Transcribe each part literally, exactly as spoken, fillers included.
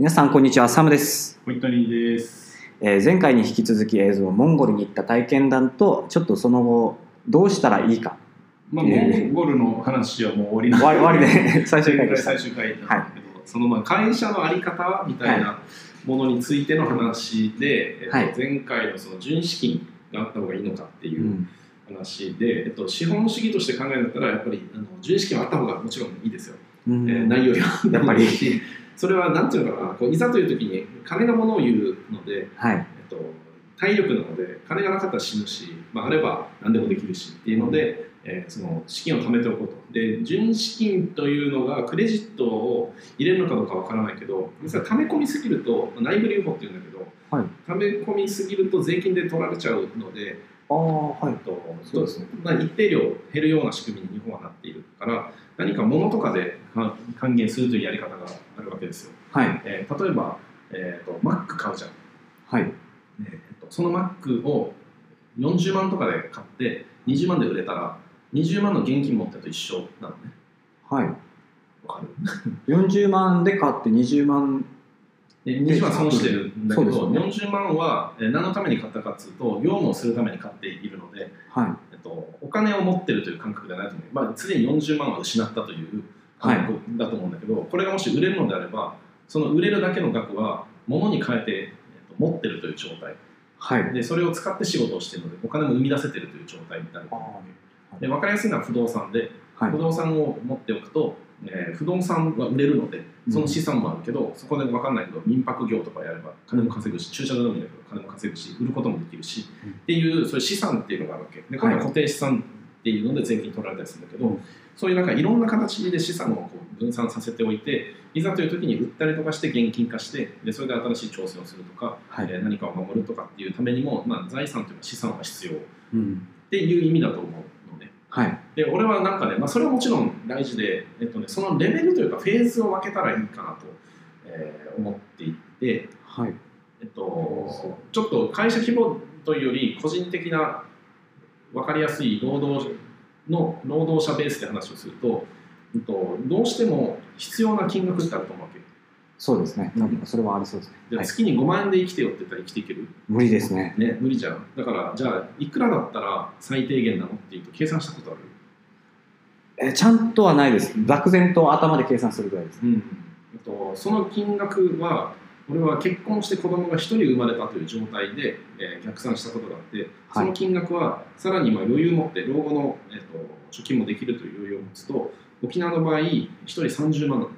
皆さんこんにちは、サムです。 ホイットニーです。 えー、前回に引き続き映像モンゴルに行った体験談とちょっとその後どうしたらいいか、 まあ、モンゴルの話はもう終わりなんで終わりで最終回でした。 最終回なんだけど、はい、そのまあ会社の在り方みたいなものについての話で、はい、えっと、前回のその純資金があった方がいいのかっていう話で、うん、えっと、資本主義として考えるんだったらやっぱりあの純資金はあった方がもちろんいいですよ、うん、えー、ないよりはやっぱりそれは何ていうのかな、こういざという時に金がものを言うので、はい、えっと、体力なので金がなかったら死ぬし、まあ、あれば何でもできるしっていうので、えー、その資金を貯めておこうと。で、純資金というのがクレジットを入れるのかどうかわからないけど、実は溜め込みすぎると内部留保っていうんだけど、はい、溜め込みすぎると税金で取られちゃうので、あ、はい、とそうですね、まあ、一定量減るような仕組みに日本はなっているから、何か物とかで還元するというやり方があるわけですよ。はい、えー、例えば、えーと、Mac 買うじゃん。はい、えーと、その Mac をよんじゅうまんとかで買ってにじゅうまんで売れたらにじゅうまんの現金持ってると一緒なのね。はい。わかるよんじゅうまんで買ってにじゅうまんにじゅうまん損してるんだけど、ね、よんじゅうまんは何のために買ったかというと業務をするために買っているので、はい、えっと、お金を持ってるという感覚ではないと思う。まあ、常によんじゅうまんは失ったという感覚だと思うんだけど、はい、これがもし売れるのであればその売れるだけの額は物に変えて、えっと、持ってるという状態、はい、でそれを使って仕事をしているのでお金も生み出せているという状態になる。で、分かりやすいのは不動産で、はい、不動産を持っておくと、えー、不動産は売れるのでその資産もあるけど、うん、そこで分かんないけど民泊業とかやれば金も稼ぐし、駐車場でもいいんだけど金も稼ぐし売ることもできるし、うん、っていうそういう資産っていうのがあるわけで、これは固定資産っていうので税金取られたりするんだけど、はい、そういうなんかいろんな形で資産をこう分散させておいていざという時に売ったりとかして現金化してでそれで新しい挑戦をするとか、はい、えー、何かを守るとかっていうためにも、まあ、財産というか資産は必要っていう意味だと思う。はい、で俺はなんかね、まあ、それはもちろん大事で、えっとね、そのレベルというかフェーズを分けたらいいかなと、えー、思っていて、はい、えっと、ちょっと会社規模というより個人的な分かりやすい労働の労働者ベースで話をすると、えっと、どうしても必要な金額ってあると思うわけ。 そうですね、多分それはありそうですね。 で、月にごまんえんで生きてよって言ったら生きていける？ 無理ですね。 ね、無理じゃん。だからじゃあいくらだったら最低限なのっていうと計算したことある？ えちゃんとはないです。漠然と頭で計算するぐらいです。うん、 えっと、その金額は俺は結婚して子供がひとり生まれたという状態で、えー、逆算したことがあって、その金額はさらにまあ余裕を持って老後の、えっと、貯金もできるという余裕を持つと沖縄の場合ひとりさんじゅうまんなのね。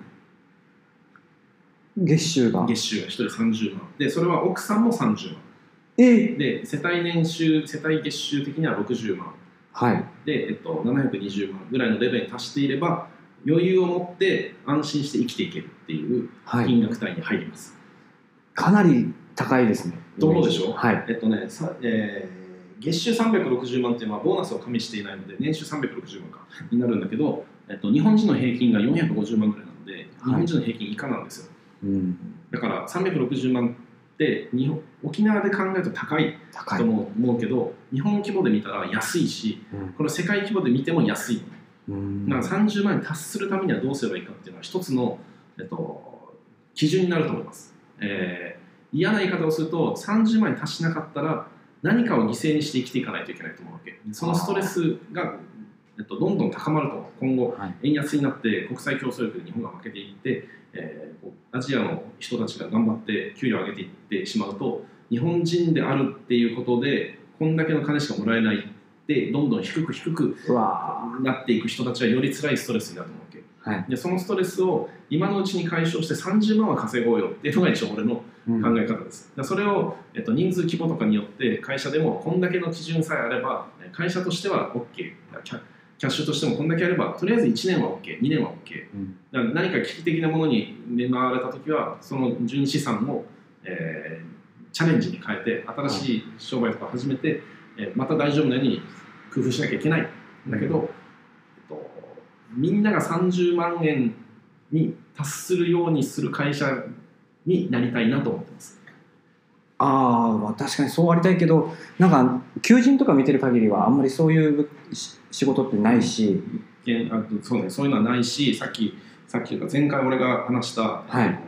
月収が月収がひとりさんじゅうまんで、それは奥さんもさんじゅうまん、えー、で世帯年収世帯月収的にはろくじゅうまん、はい、で、えっと、ななひゃくにじゅうまんぐらいのレベルに達していれば余裕を持って安心して生きていけるっていう金額帯に入ります、 はい、かなり高いですね。 と思うでしょ、はい、えっとねさ、えー、月収さんびゃくろくじゅうまんっていうのはボーナスを加味していないので年収さんびゃくろくじゅうまんかになるんだけど、えっと、日本人の平均がよんひゃくごじゅうまんぐらいなので日本人の平均以下なんですよ、はい、うん、だからさんびゃくろくじゅうまんって日本沖縄で考えると高いと思うけど日本規模で見たら安いし、うん、これ世界規模で見ても安い、うん、だからさんじゅうまんに達するためにはどうすればいいかっていうのは一つの、えっと、基準になると思います、えー、嫌な言い方をするとさんじゅうまんに達しなかったら何かを犠牲にして生きていかないといけないと思うわけ。そのストレスがえっと、どんどん高まると今後、はい、円安になって国際競争力で日本が負けていって、えー、アジアの人たちが頑張って給料を上げていってしまうと日本人であるっていうことでこんだけの金しかもらえないでどんどん低く低くなっていく人たちはより辛いストレスになると思うわけ、はい、でそのストレスを今のうちに解消してさんじゅうまんは稼ごうよっていうのが一応俺の考え方です、うん、それを、えっと、人数規模とかによって会社でもこんだけの基準さえあれば会社としては OK、キャッシュとしてもこんだけあればとりあえずいちねんは OK、にねんは OK、うん、だから何か危機的なものに見舞われたときはその純資産を、えー、チャレンジに変えて新しい商売とか始めて、えー、また大丈夫なように工夫しなきゃいけないんだけど、うん、えっと、みんながさんじゅうまんえんに達するようにする会社になりたいなと思ってます。 ああ、確かにそうありたいけどなんか求人とか見てる限りはあんまりそういう仕事ってないし、 あそうね、そういうのはないしさっきさっき前回俺が話した、はい、もう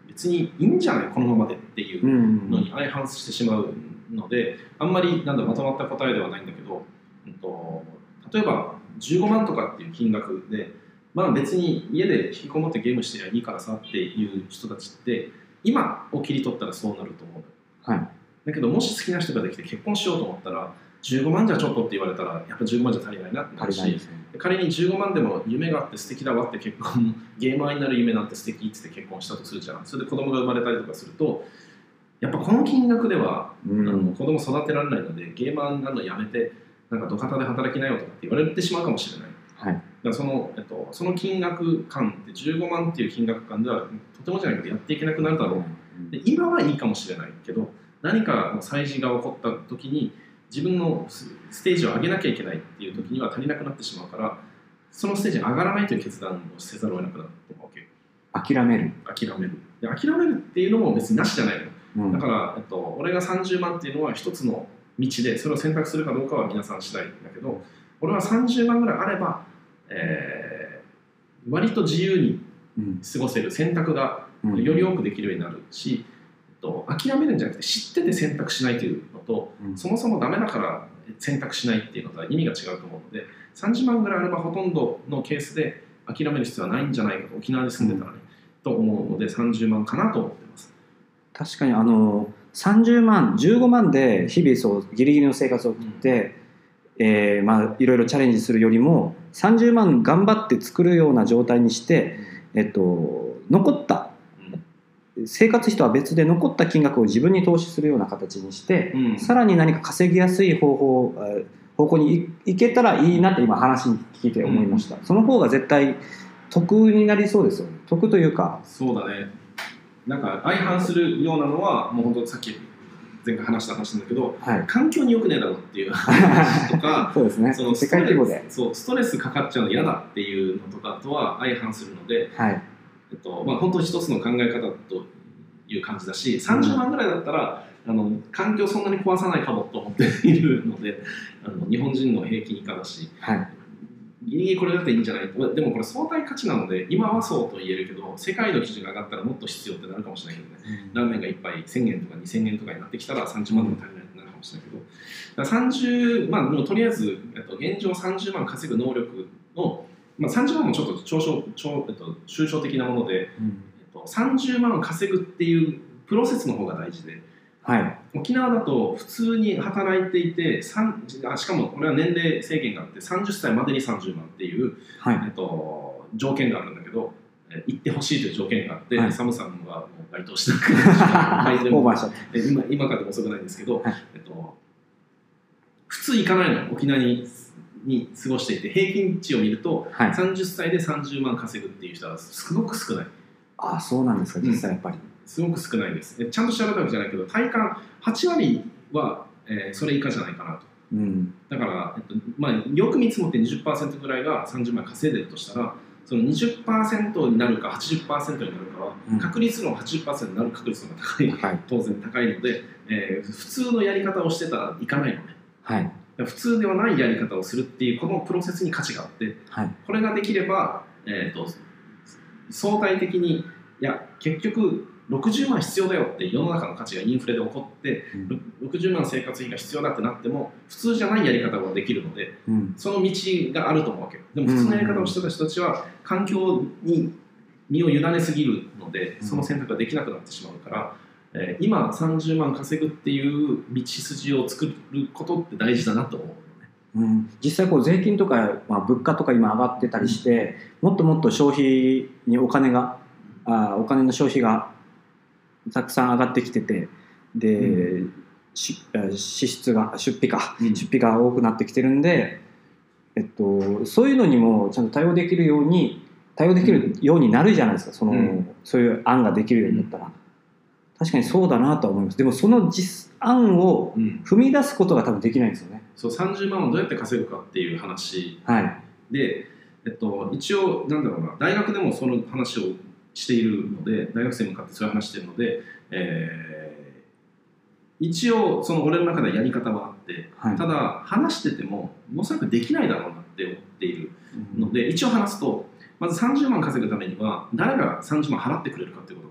別にいいんじゃないこのままでっていうのに相反してしまうので、あんまりなんだまとまった答えではないんだけど、うん、と例えばじゅうごまんとかっていう金額で、まあ、別に家で引きこもってゲームしてりゃいいからさっていう人たちって今を切り取ったらそうなると思う、はい、だけどもし好きな人ができて結婚しようと思ったらじゅうごまんじゃちょっとって言われたらやっぱじゅうごまんじゃ足りないなってなるし、ね、仮にじゅうごまんでも夢があって素敵だわって結婚ゲーマーになる夢なんて素敵って結婚したとするじゃん。それで子供が生まれたりとかするとやっぱこの金額では、うん、あの子供育てられないのでゲーマーになるのやめてなんか土方で働きなよとかって言われてしまうかもしれない、はい、だからその、えっと、その金額感ってじゅうごまんっていう金額感ではとてもじゃないけどやっていけなくなるだろう、うん、で今はいいかもしれないけど何かの催事が起こった時に自分のステージを上げなきゃいけないっていう時には足りなくなってしまうからそのステージに上がらないという決断をせざるを得なくなるわけ。 諦める諦めるで諦めるっていうのも別になしじゃないの、うん、だから、えっと、俺がさんじゅうまんっていうのは一つの道でそれを選択するかどうかは皆さん次第だけど俺はさんじゅうまんぐらいあれば、えー、割と自由に過ごせる選択がより多くできるようになるし、うん、諦めるんじゃなくて知ってて選択しないというのと、うん、そもそもダメだから選択しないっていうのとは意味が違うと思うのでさんじゅうまんぐらいあればほとんどのケースで諦める必要はないんじゃないかと沖縄に住んでたらね、うん、と思うのでさんじゅうまんかなと思ってます。 確かにあのさんじゅうまんじゅうごまんで日々そうギリギリの生活を送って、うんえーまあ、いろいろチャレンジするよりもさんじゅうまん頑張って作るような状態にして、うんえっと、残った生活費とは別で残った金額を自分に投資するような形にして、うん、さらに何か稼ぎやすい方法方向に行けたらいいなって今話に聞いて思いました、うん、その方が絶対得になりそうですよね。得というかそうだね。なんか相反するようなのはもう本当さっき前回話した話なんだけど、はい、環境に良くねえだろっていう話とかそうですね、 その世界規模でそうストレスかかっちゃうの嫌だっていうのとかとは相反するので、はいえっとまあ、本当に一つの考え方という感じだしさんじゅうまんぐらいだったら、うん、あの環境そんなに壊さないかもと思っているのであの日本人の平均以下だし、はいギリギリこれだっていいんじゃないでもこれ相対価値なので今はそうと言えるけど世界の基準が上がったらもっと必要ってなるかもしれないけどね、うん、ラーメンがいっぱいせんえんとかにせんえんとかになってきたらさんじゅうまんでも足りないってなるかもしれないけどだからさんじゅうまんでもとりあえず、えっと、現状さんじゅうまん稼ぐ能力の、まあ、さんじゅうまんもちょっと抽象、えっと、抽象的なもので、うんえっと、さんじゅうまん稼ぐっていうプロセスの方が大事ではい、沖縄だと普通に働いていてしかもこれは年齢制限があってさんじゅっさいまでにさんじゅうまんっていう、はいえっと、条件があるんだけど行ってほしいという条件があって、はい、サムさんはもう該当しなくて今, 今からでも遅くないんですけど、はいえっと、普通行かないの沖縄にに過ごしていて平均値を見ると、はい、さんじゅっさいでさんじゅうまん稼ぐっていう人はすごく少ない。 ああそうなんですか実際やっぱり、うんすごく少ないです。ちゃんと調べたわけじゃないけど体感はちわりは、えー、それ以下じゃないかなと、うん、だから、えっとまあ、よく見積もって にじゅっパーセント ぐらいがさんじゅうまん稼いでるとしたらその にじゅっパーセント になるか はちじゅっパーセント になるかは、うん、確率の はちじゅっパーセント になる確率のが高い、はい、当然高いので、えー、普通のやり方をしてたらいかないのね、はい、普通ではないやり方をするっていうこのプロセスに価値があって、はい、これができれば、えー、と相対的にいや結局ろくじゅうまん必要だよって世の中の価値がインフレで起こって、うん、ろくじゅうまん生活費が必要だってなっても普通じゃないやり方ができるので、うん、その道があると思うわけよ。でも普通のやり方をしてた人たちは環境に身を委ねすぎるのでその選択ができなくなってしまうから、えー、今さんじゅうまん稼ぐっていう道筋を作ることって大事だなと思う。 うん、実際こう税金とか、まあ、物価とか今上がってたりしてもっともっと消費にお金があお金の消費がたくさん上がってきててで、うん、し支出が出費か、うん、出費が多くなってきてるんで、えっと、そういうのにもちゃんと対応できるように対応できるようになるじゃないですかその、うん、そういう案ができるようになったら確かにそうだなとは思います。でもその実案を踏み出すことが多分できないんですよね、 うん、そうさんじゅうまんをどうやって稼ぐかっていう話、はい、で、えっと、一応なんだろうな大学でもその話をしているので大学生に向かってそういう話しているので、えー、一応その俺の中ではやり方はあって、はい、ただ話しててもおそらくできないだろうなって思っているので、うん、一応話すとまずさんじゅうまん稼ぐためには誰がさんじゅうまん払ってくれるかっていうことを考えなきゃい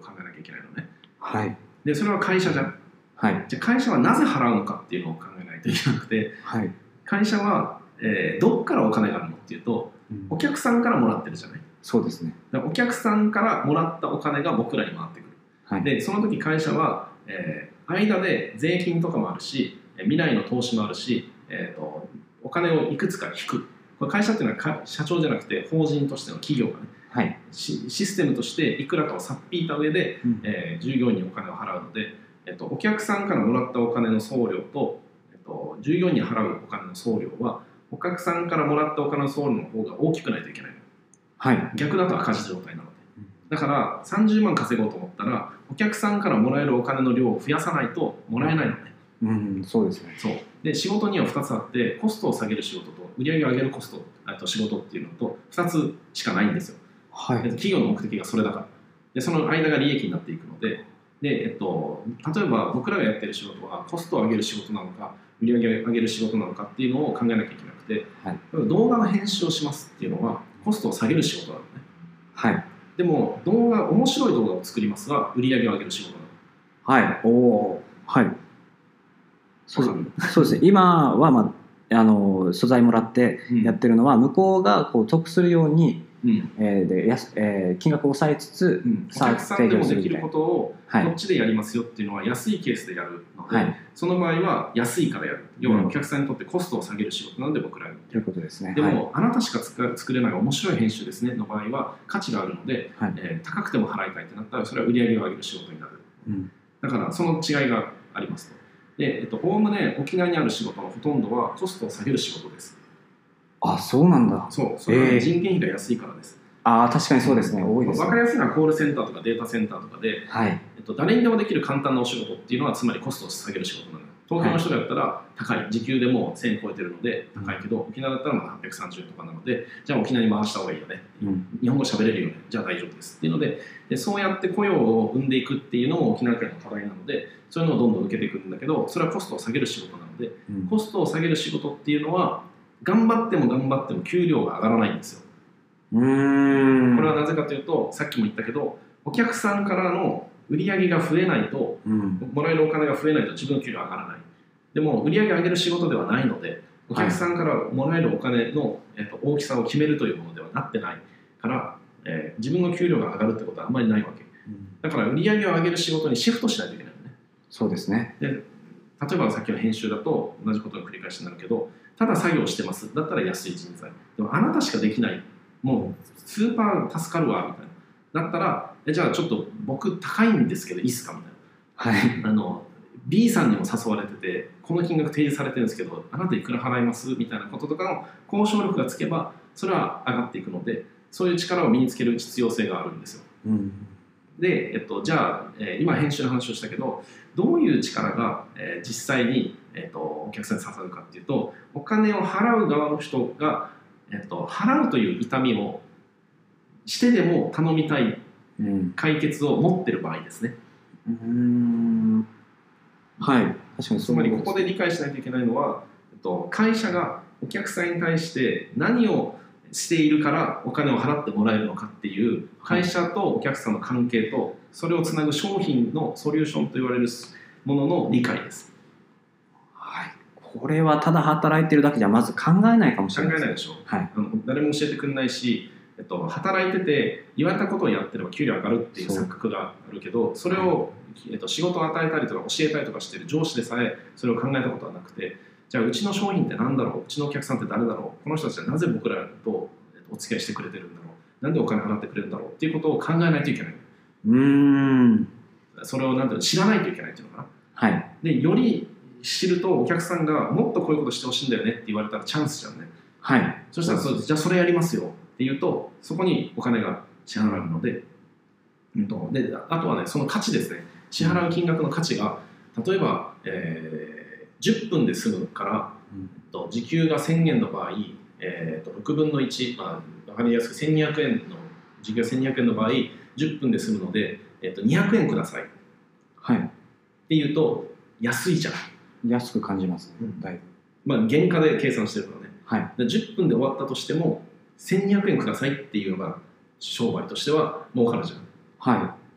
けないのね。 はい。 でそれは会社じゃん。 はい。 じゃあ会社はなぜ払うのかっていうのを考えないといけなくて、 はい。 会社は、えー、どっからお金があるのっていうと、うん、お客さんからもらってるじゃない。 そうですね。 だからお客さんからもらったお金が僕らに回ってくる。はい、でその時会社は、えー、間で税金とかもあるし、未来の投資もあるし、えーと、お金をいくつか引く。これ会社っていうのは社長じゃなくて法人としての企業がね、はい、システムとしていくらかをさっぴいた上で、うん、えー、従業員にお金を払うので、えーと、お客さんからもらったお金の送料と、えーと、従業員に払うお金の送料はお客さんからもらったお金の送料の方が大きくないといけない。はい、逆だと赤字状態なので、だからさんじゅうまん稼ごうと思ったらお客さんからもらえるお金の量を増やさないともらえないのね。 うん、そうですね。 そうで仕事にはふたつあって、コストを下げる仕事と売り上げを上げるコスト、あと仕事っていうのとふたつしかないんですよ。はい、企業の目的がそれだから。でその間が利益になっていくので、で、えっと、例えば僕らがやってる仕事はコストを上げる仕事なのか売り上げを上げる仕事なのかっていうのを考えなきゃいけなくて、はい、動画の編集をしますっていうのはコストを下げる仕事なのね。はい、でも動画面白い動画を作りますが売り上げを上げる仕事なの。 はい。おお。はい。そうそうですね。今は、まあ、あの素材もらってやってるのは、うん、向こうがこう得するように、うん、えー、でやすえー、金額を抑えつつ、うん、 お客さんでもできることをこっちでやりますよっていうのは安いケースでやるので、はい、その場合は安いからやる。要はお客さんにとってコストを下げる仕事なので僕らに。 ということですね。 でも、 はい、 あなたしか作れない面白い編集ですねの場合は価値があるので、はい、えー、高くても払いたいってなったらそれは売り上げを上げる仕事になる。うん、だからその違いがありますと。で、えっと、おおむね沖縄にある仕事のほとんどはコストを下げる仕事です。 あ、そうなんだ。 そう、それは人件費が安いからです。 えー、ああ、確かにそうですね。多いですね。 分かりやすいのはコールセンターとかデータセンターとかで、はい、えっと、誰にでもできる簡単なお仕事っていうのはつまりコストを下げる仕事なの。東京の人だったら高い、時給でもせんえん超えてるので高いけど、沖縄だったらまだはっぴゃくさんじゅうえんとかなので、じゃあ沖縄に回した方がいいよね、うん、日本語喋れるよね、じゃあ大丈夫ですっていうので、でそうやって雇用を生んでいくっていうのも沖縄県の課題なので、そういうのをどんどん受けていくんだけど、それはコストを下げる仕事なので、うん、コストを下げる仕事っていうのは頑張っても頑張っても給料が上がらないんですよ。うーん、これはなぜかというと、さっきも言ったけどお客さんからの売り上げが増えないと、うん、もらえるお金が増えないと自分の給料上がらない。でも売り上げを上げる仕事ではないので、お客さんからもらえるお金の、えー、と大きさを決めるというものではなってないから、えー、自分の給料が上がるってことはあんまりないわけ。うん、だから売り上げを上げる仕事にシフトしないといけないのね。 そうですね。 で、例えばさっきの編集だと同じことの繰り返しになるけど、ただ作業してますだったら安い人材。でもあなたしかできない。もうスーパー助かるわみたいな。だったら、えじゃあちょっと僕高いんですけどいいっすかみたいな。はい。あの B さんにも誘われてて、この金額提示されてるんですけど、あなたいくら払いますみたいなこととかの交渉力がつけば、それは上がっていくので、そういう力を身につける必要性があるんですよ。うん、で、えっと、じゃあ、えー、今編集の話をしたけど、どういう力が、えー、実際に、えー、とお客さんに刺さるかっていうと、お金を払う側の人が、えー、と払うという痛みをしてでも頼みたい解決を持ってる場合ですね。うーん、はい、確かに。つまりここで理解しないといけないのは、えっと、会社がお客さんに対して何をしているからお金を払ってもらえるのかっていう会社とお客さんの関係とそれをつなぐ商品のソリューションと言われるものの理解です。 はい、これはただ働いてるだけじゃまず考えないかもしれない。 考えないでしょ、はい、あの誰も教えてくれないし、えっと、働いてて言われたことをやってれば給料上がるっていう錯覚があるけど、それを、えっと、仕事を与えたりとか教えたりとかしてる上司でさえそれを考えたことはなくて、じゃあうちの商品って何だろう、うちのお客さんって誰だろう、この人たちはなぜ僕らとお付き合いしてくれてるんだろう、なんでお金払ってくれるんだろうっていうことを考えないといけない。うーん、それをなんていうの、知らないといけないっていうのかな。はい、でより知るとお客さんがもっとこういうことしてほしいんだよねって言われたらチャンスじゃんね。はい、そしたらそじゃあそれやりますよって言うとそこにお金が支払われるので、うん、とであとはね、その価値ですね。支払う金額の価値が例えば、えー、じゅっぷんで済むから、うん、と時給がせんえんの場合、えー、とろくぶんのいち、まあ、分かりやすくせんにひゃくえんの時給がせんにひゃくえんの場合じゅっぷんで済むので、えー、とにひゃくえんください、はい、っていうと安いじゃん。 安く感じますね、だいぶ。 まあ、原価で計算してるからね、はい、じゅっぷんで終わったとしてもせんにひゃくえんくださいっていうのが商売としては儲かるじゃん。はい、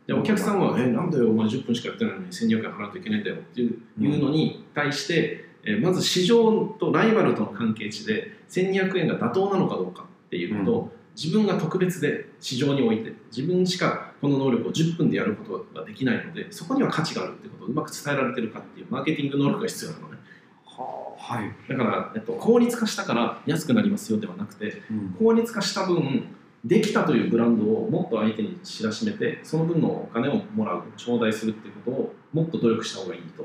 でお客さんは「えなんだよお前じゅっぷんしかやってないのにせんにひゃくえん払うといけないんだよ」っていうのに対して、えー、まず市場とライバルとの関係値でせんにひゃくえんが妥当なのかどうかっていうのと、うん、自分が特別で市場において自分しかこの能力をじゅっぷんでやることができないのでそこには価値があるってことをうまく伝えられてるかっていうマーケティング能力が必要なのね。 はい、 だから、えっと、効率化したから安くなりますよではなくて、うん、効率化した分できたというブランドをもっと相手に知らしめてその分のお金をもらう頂戴するっていうことをもっと努力した方がいいと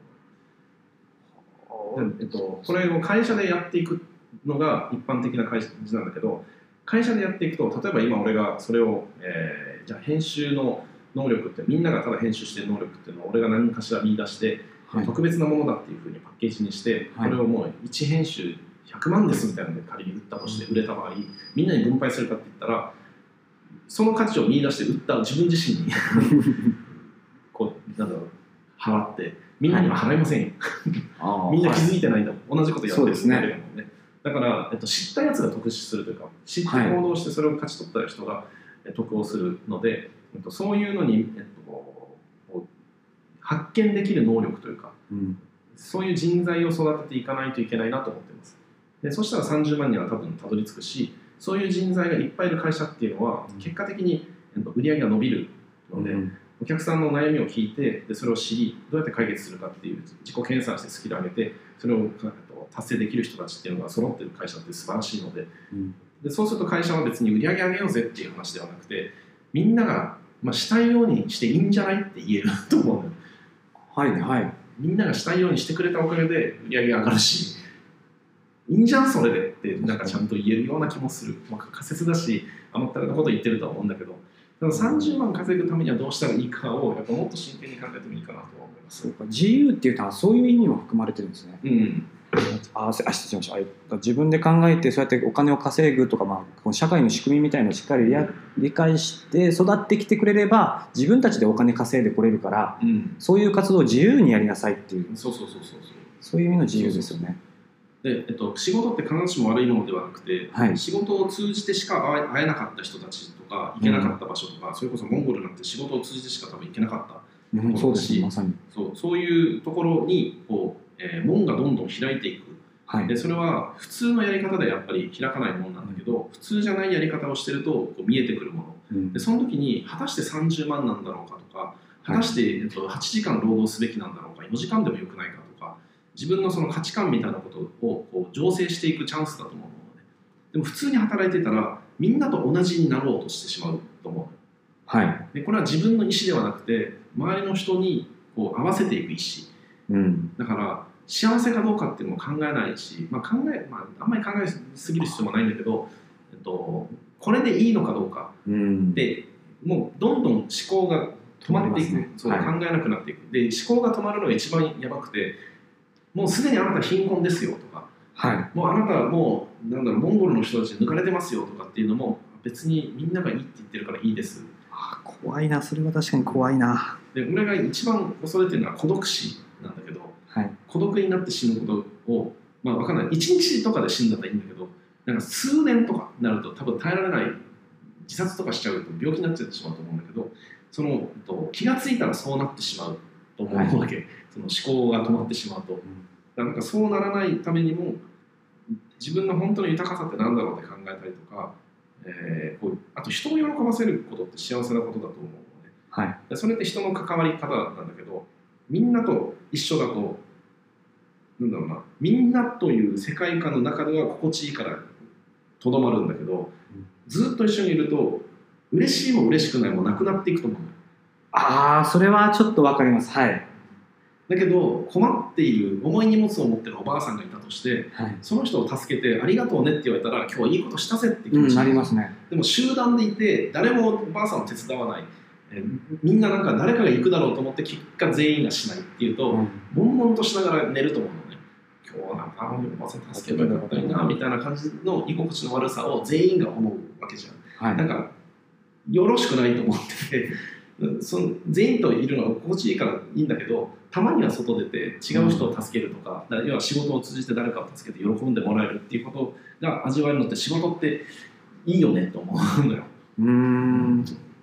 思う。で、えっと、これを会社でやっていくのが一般的な感じなんだけど会社でやっていくと例えば今俺がそれを、えー、じゃあ編集の能力ってみんながただ編集してる能力っていうのを俺が何かしら見出してはい、特別なものだっていうふうにパッケージにして、はい、これをもういち編集ひゃくまんですみたいなので仮に売ったとして売れた場合みんなに分配するかって言ったらその価値を見出して売った自分自身にこうなんだろう払ってみんなには払いませんよ、はい、みんな気づいてないんだもん同じことやってるんだけどね。だから、えっと、知ったやつが得するというか知って行動してそれを勝ち取った人が得をするので、えっと、そういうのに、えっと発見できる能力というか、うん、そういう人材を育てていかないといけないなと思っています。でそしたらさんじゅうまんには多分たどり着くしそういう人材がいっぱいいる会社っていうのは、うん、結果的に売り上げが伸びるので、うん、お客さんの悩みを聞いてでそれを知りどうやって解決するかっていう自己研鑽してスキルを上げてそれを達成できる人たちっていうのが揃ってる会社って素晴らしいので、うん、でそうすると会社は別に売り上げ上げようぜっていう話ではなくてみんなが、まあ、したいようにしていいんじゃないって言えると思うのよ。 はいはい、 みんながしたいようにしてくれたおかげで売り上げが上がるしいいんじゃんそれでってなんかちゃんと言えるような気もする、まあ、仮説だし甘ったれたこと言ってるとは思うんだけどたださんじゅうまん稼ぐためにはどうしたらいいかをやっぱもっと真剣に考えてもいいかなと思います。 そうか自由っていうのはそういう意味も含まれてるんですね。 うんああ失礼しました自分で考えてそうやってお金を稼ぐとか、まあ、この社会の仕組みみたいなのをしっかりや理解して育ってきてくれれば自分たちでお金稼いでこれるから、うん、そういう活動を自由にやりなさいっていうそうそうそうそうそういう意味の自由ですよね。 で、えっと、仕事って必ずしも悪いものではなくて、はい、仕事を通じてしか会えなかった人たちとか行けなかった場所とか、うん、それこそモンゴルなんて仕事を通じてしか多分行けなかったところだし、うん、そうですね、まさにそう、そういうところにこう、えー、門がどんどん開いていく、はい、でそれは普通のやり方でやっぱり開かないものなんだけど、うん、普通じゃないやり方をしてるとこう見えてくるもの、うん、でその時に果たしてさんじゅうまんなんだろうかとか果たして、えっと、はちじかん労働すべきなんだろうかよじかんでもよくないかとか自分のその価値観みたいなことをこう醸成していくチャンスだと思うので、でも普通に働いてたらみんなと同じになろうとしてしまうと思う、 はい、 でこれは自分の意思ではなくて周りの人にこう合わせていく意思、うん、だから幸せかどうかっていうのも考えないし、まあ考えまあ、あんまり考えすぎる必要もないんだけど、えっと、これでいいのかどうか、うん、でもうどんどん思考が止まっていく、ね、そう、はい、考えなくなっていくで思考が止まるのが一番やばくてもうすでにあなた貧困ですよとか、はい、もうあなたはもうなんだろうモンゴルの人たちに抜かれてますよとかっていうのも別にみんながいいって言ってるからいいです。 あ、怖いな、それは確かに怖いな。 で俺が一番恐れてるのは孤独死なんだけど、はい、孤独になって死ぬことを、まあ、分かんないいちにちとかで死んだらいいんだけどなんか数年とかになると多分耐えられない自殺とかしちゃうと病気になっちゃってしまうと思うんだけどその、えっと、気がついたらそうなってしまうと思うわけ、はい、その思考が止まってしまうと、うん、なんかそうならないためにも自分の本当の豊かさって何だろうって考えたりとか、えー、こうあと人を喜ばせることって幸せなことだと思うので、はい、それって人の関わり方なんだけどみんなと一緒だとなんだろうなみんなという世界観の中では心地いいからとどまるんだけど、うん、ずっと一緒にいると嬉しいも嬉しくないもなくなっていくと思うのよ。 ああそれはちょっと分かります。はい。 だけど困っている重い荷物を持ってるおばあさんがいたとして、はい、その人を助けてありがとうねって言われたら今日はいいことしたぜって気持ちになりますね。でも集団でいて誰もおばあさんを手伝わないえみんななんか誰かが行くだろうと思って結果全員がしないっていうと、うん、悶々としながら寝ると思うのね。今日はなんかあのおばあさん助ければよかったりなみたいな感じの居心地の悪さを全員が思うわけじゃん、はい、なんかよろしくないと思っててその全員といるのは心地いいからいいんだけどたまには外出て違う人を助けるとか、うん、要は仕事を通じて誰かを助けて喜んでもらえるっていうことが味わえるのって仕事っていいよねと思うのよ。 うーん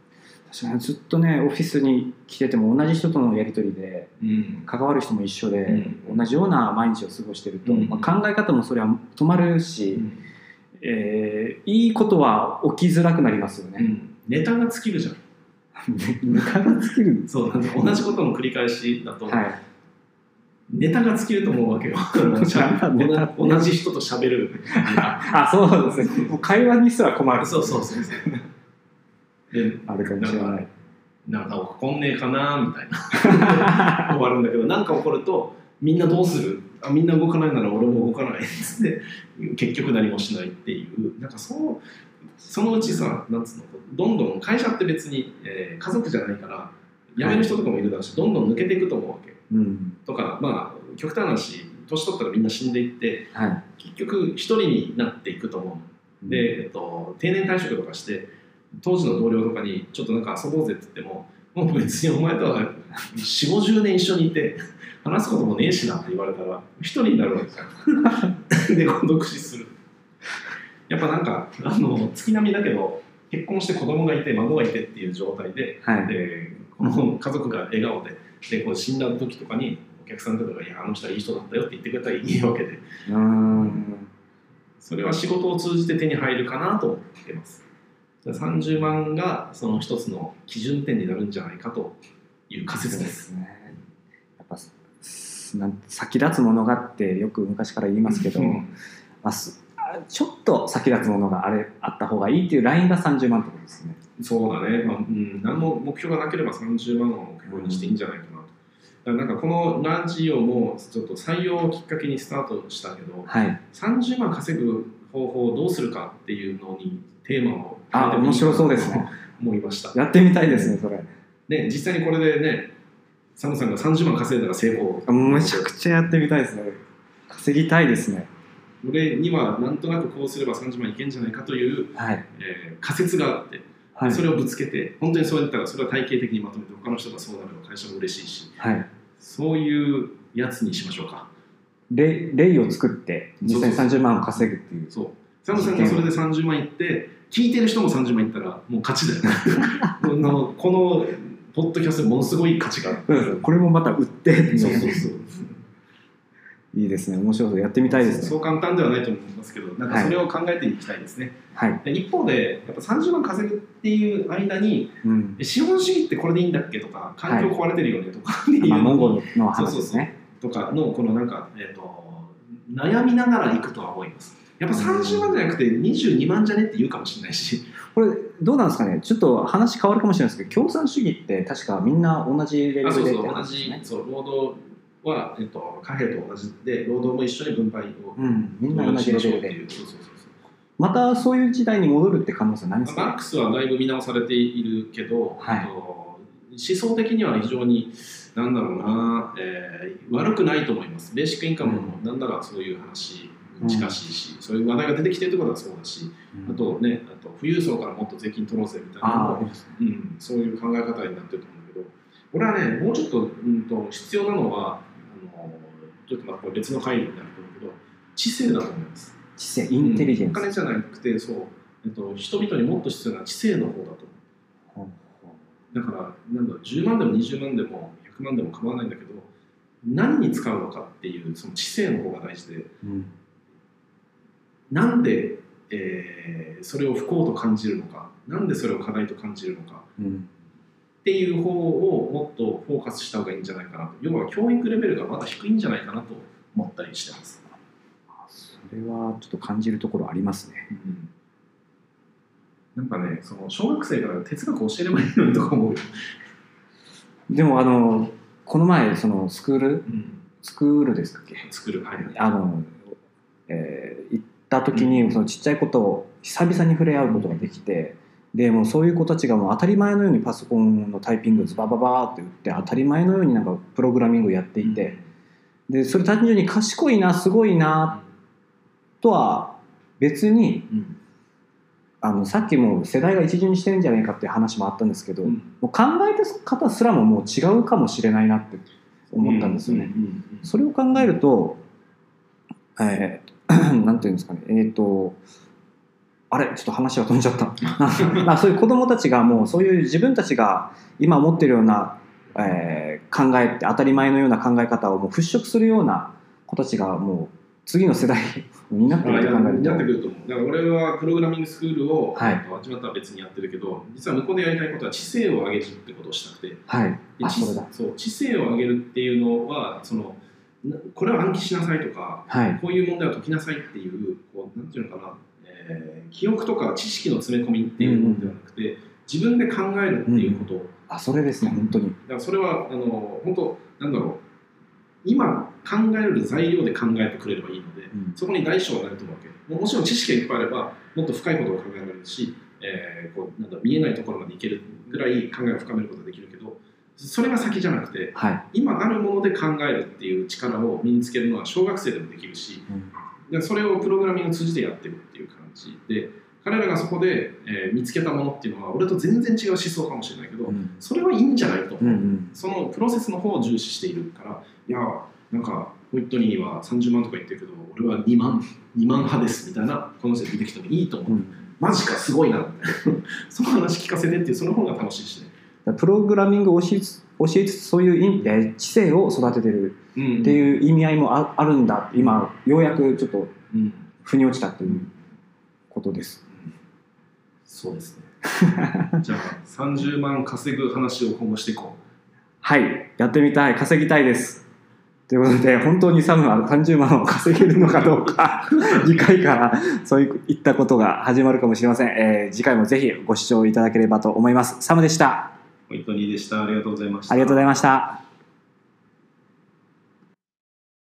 確かにずっとねオフィスに来てても同じ人とのやり取りで、 うん、 関わる人も一緒で、 うん、 同じような毎日を過ごしてると、 うん、 まあ、考え方もそれは止まるし、うん、えー、いいことは起きづらくなりますよね、うん、 ネタが尽きるじゃんネタが尽きるそう同じことの繰り返しだと、 はい、 ネタが尽きると思うわけよ同じ人と喋るあ、そうですね、もう会話にすら困る、 そうそうそうそうであるかもしれない、 なんか起こんねえかなみたいな終わるんだけど、なんか起こるとみんなどうする、あみんな動かないなら俺も動かないって結局何もしないっていう、なんかそうそのうちさ、なんつうの、どんどん会社って別に、えー、家族じゃないから辞める人とかもいるだろうし、はい、どんどん抜けていくと思うわけ、うん、とか、まあ極端な話年取ったらみんな死んでいって、はい、結局一人になっていくと思う、うん、で、えっと、定年退職とかして当時の同僚とかにちょっとなんか遊ぼうぜって言っても、もう別にお前とはよんじゅうごじゅうねん一緒にいて話すこともねえしなって言われたら一人になるわけじゃんで独死する。やっぱなんかあの月並みだけど結婚して子供がいて孫がいてっていう状態で、はい、でこの家族が笑顔で、でこう死んだ時とかにお客さんとかが「いやあの人はいい人だったよ」って言ってくれたらいいわけで、うーん、それは仕事を通じて手に入るかなと思ってます。さんじゅうまんがその一つの基準点になるんじゃないかという仮説です。 そうですね、やっぱなん先立つものがってよく昔から言いますけど、まあ、ちょっと先立つものがあれあった方がいいっていうラインがさんじゅうまんってことですね。 そうだね、まあうん、何も目標がなければさんじゅうまんを目標にしていいんじゃないかなと。だからなんかこのラジオもちょっと採用をきっかけにスタートしたけど、はい、さんじゅうまん稼ぐ方法をどうするかっていうのにテーマをあ面白そうですね。 思いました。 やってみたいですねそれ。 ね、実際にこれでね、サムさんがさんじゅうまん稼いだら成功。 めちゃくちゃやってみたいですね。稼ぎたいですね。 俺にはなんとなくこうすればさんじゅうまんいけんじゃないかという、はい、えー、仮説があって、はい、それをぶつけて本当にそうやったらそれは体系的にまとめて他の人がそうなれば会社も嬉しいし、はい、そういうやつにしましょうか。例, 例を作って実際にさんじゅうまんを稼ぐっていう。 そうそうサムさんがそれでさんじゅうまんいって聞いてる人もさんじゅうまんいったらもう勝ちだよねこのポッドキャストものすごい価値がある。 これもまた売ってそうそうそういいですね、面白そう、やってみたいですね。 そう簡単ではないと思いますけど、なんかそれを考えていきたいですね、はい、で一方でやっぱさんじゅうまん稼ぐっていう間に、うん、資本主義ってこれでいいんだっけとか環境壊れてるよねとかっていうの、 はい、まあ、モンゴルの話ですね。 そうそうそうとかのこのなんか、えーと、悩みながらいくとは思います。やっぱさんじゅうまんじゃなくてにじゅうにまんじゃねって言うかもしれないし、 これどうなんですかね、ちょっと話変わるかもしれないですけど、共産主義って確かみんな同じレベルでって話ですね。 そうそう、同じ、そう、労働は、えっと、貨幣と同じで労働も一緒に分配を、 うん、みんな同じレベルで。そうそうそうそう。またそういう時代に戻るって可能性はないですか？ マルクスはだいぶ見直されているけど、はい、思想的には非常になんだろうな、えー、悪くないと思います。ベーシックインカムもなんならそういう話に近しいし、うん、そういう話題が出てきてるってことはそうだし、うん、あとね、あと富裕層からもっと税金取ろうぜみたいなのも、うん、そういう考え方になってると思うんだけど、俺はね、もうちょっと、うん、と必要なのはちょっとまあ別の回になると思うけど、知性だと思います。 知性、インテリジェンス、うん、 お金じゃなくて、そう、えっと、人々にもっと必要な知性の方だと思う。うん、だからなんだろう、じゅうまんでもにじゅうまんでもひゃくまんでも構わないんだけど、何に使うのかっていうその知性の方が大事で、うん、なんで、えー、それを不幸と感じるのか、なんでそれを課題と感じるのか、うん、っていう方をもっとフォーカスした方がいいんじゃないかなと。要は教育レベルがまだ低いんじゃないかなと思ったりしてます。 それはちょっと感じるところありますね。 うん、なんかね、その小学生から哲学教えればいいのにとか思う。 でもあのこの前そのスクール、うん、スクールですかっけ？ スクール、はい、 あの、えー、行った時に、うん、そのちっちゃい子と久々に触れ合うことができて。でもうそういう子たちがもう当たり前のようにパソコンのタイピングズバババーって打って当たり前のようになんかプログラミングをやっていて、でそれ単純に賢いなすごいなとは別に、うん、あのさっきも世代が一巡してるんじゃないかっていう話もあったんですけど、うん、もう考え方すらももう違うかもしれないなって思ったんですよね。それを考えると、えー、なんていうんですかね、えーとあれちょっと話が飛んじゃったあそういう子どもたちがもうそういう自分たちが今持っているような、えー、考えって当たり前のような考え方をもう払拭するような子たちがもう次の世代になってくると考えるとなってくると思う。だから俺はプログラミングスクールを、 はい、 始まったら別にやってるけど、実は向こうでやりたいことは知性を上げるってことをしたくて、 はい、 あそれだそう知性を上げるっていうのはそのこれは暗記しなさいとか、はい、こういう問題を解きなさいっていうこうなんていうのかな、えー、記憶とか知識の詰め込みっていうのではなくて、うん、自分で考えるっていうこと、うん、 あそれですね本当に。だからそれはあの本当なんだろう今考える材料で考えてくれればいいので、うん、そこに大小はないと思うわけ。もちろん知識がいっぱいあればもっと深いことが考えられるし、えー、こうなんだ見えないところまでいけるぐらい考えを深めることができるけど、それが先じゃなくて、はい、今あるもので考えるっていう力を身につけるのは小学生でもできるし、うん、でそれをプログラミングを通じてやってるっていう感じで、彼らがそこで、えー、見つけたものっていうのは俺と全然違う思想かもしれないけど、うん、それはいいんじゃないと思う、うんうん、そのプロセスの方を重視しているから、いやなんかホイットニーはさんじゅうまんとか言ってるけど俺はにまん派ですみたいなこの人出てきてもいいと思う、うん、マジかすごいなその話聞かせてっていうその方が楽しいしね。 プログラミングを教えつつ、教えつつそういう知性を育ててるっていう意味合いも あ, あるんだ今ようやくちょっと腑に落ちたということです、 うん、そうですねじゃあさんじゅうまん稼ぐ話を今後していこう。 はいやってみたい稼ぎたいですということで本当にサムはさんじゅうまんを稼げるのかどうか次回からそういったことが始まるかもしれません、えー、次回もぜひご視聴いただければと思います。サムでした。 ホイットニーでした。ありがとうございました。 ありがとうございました。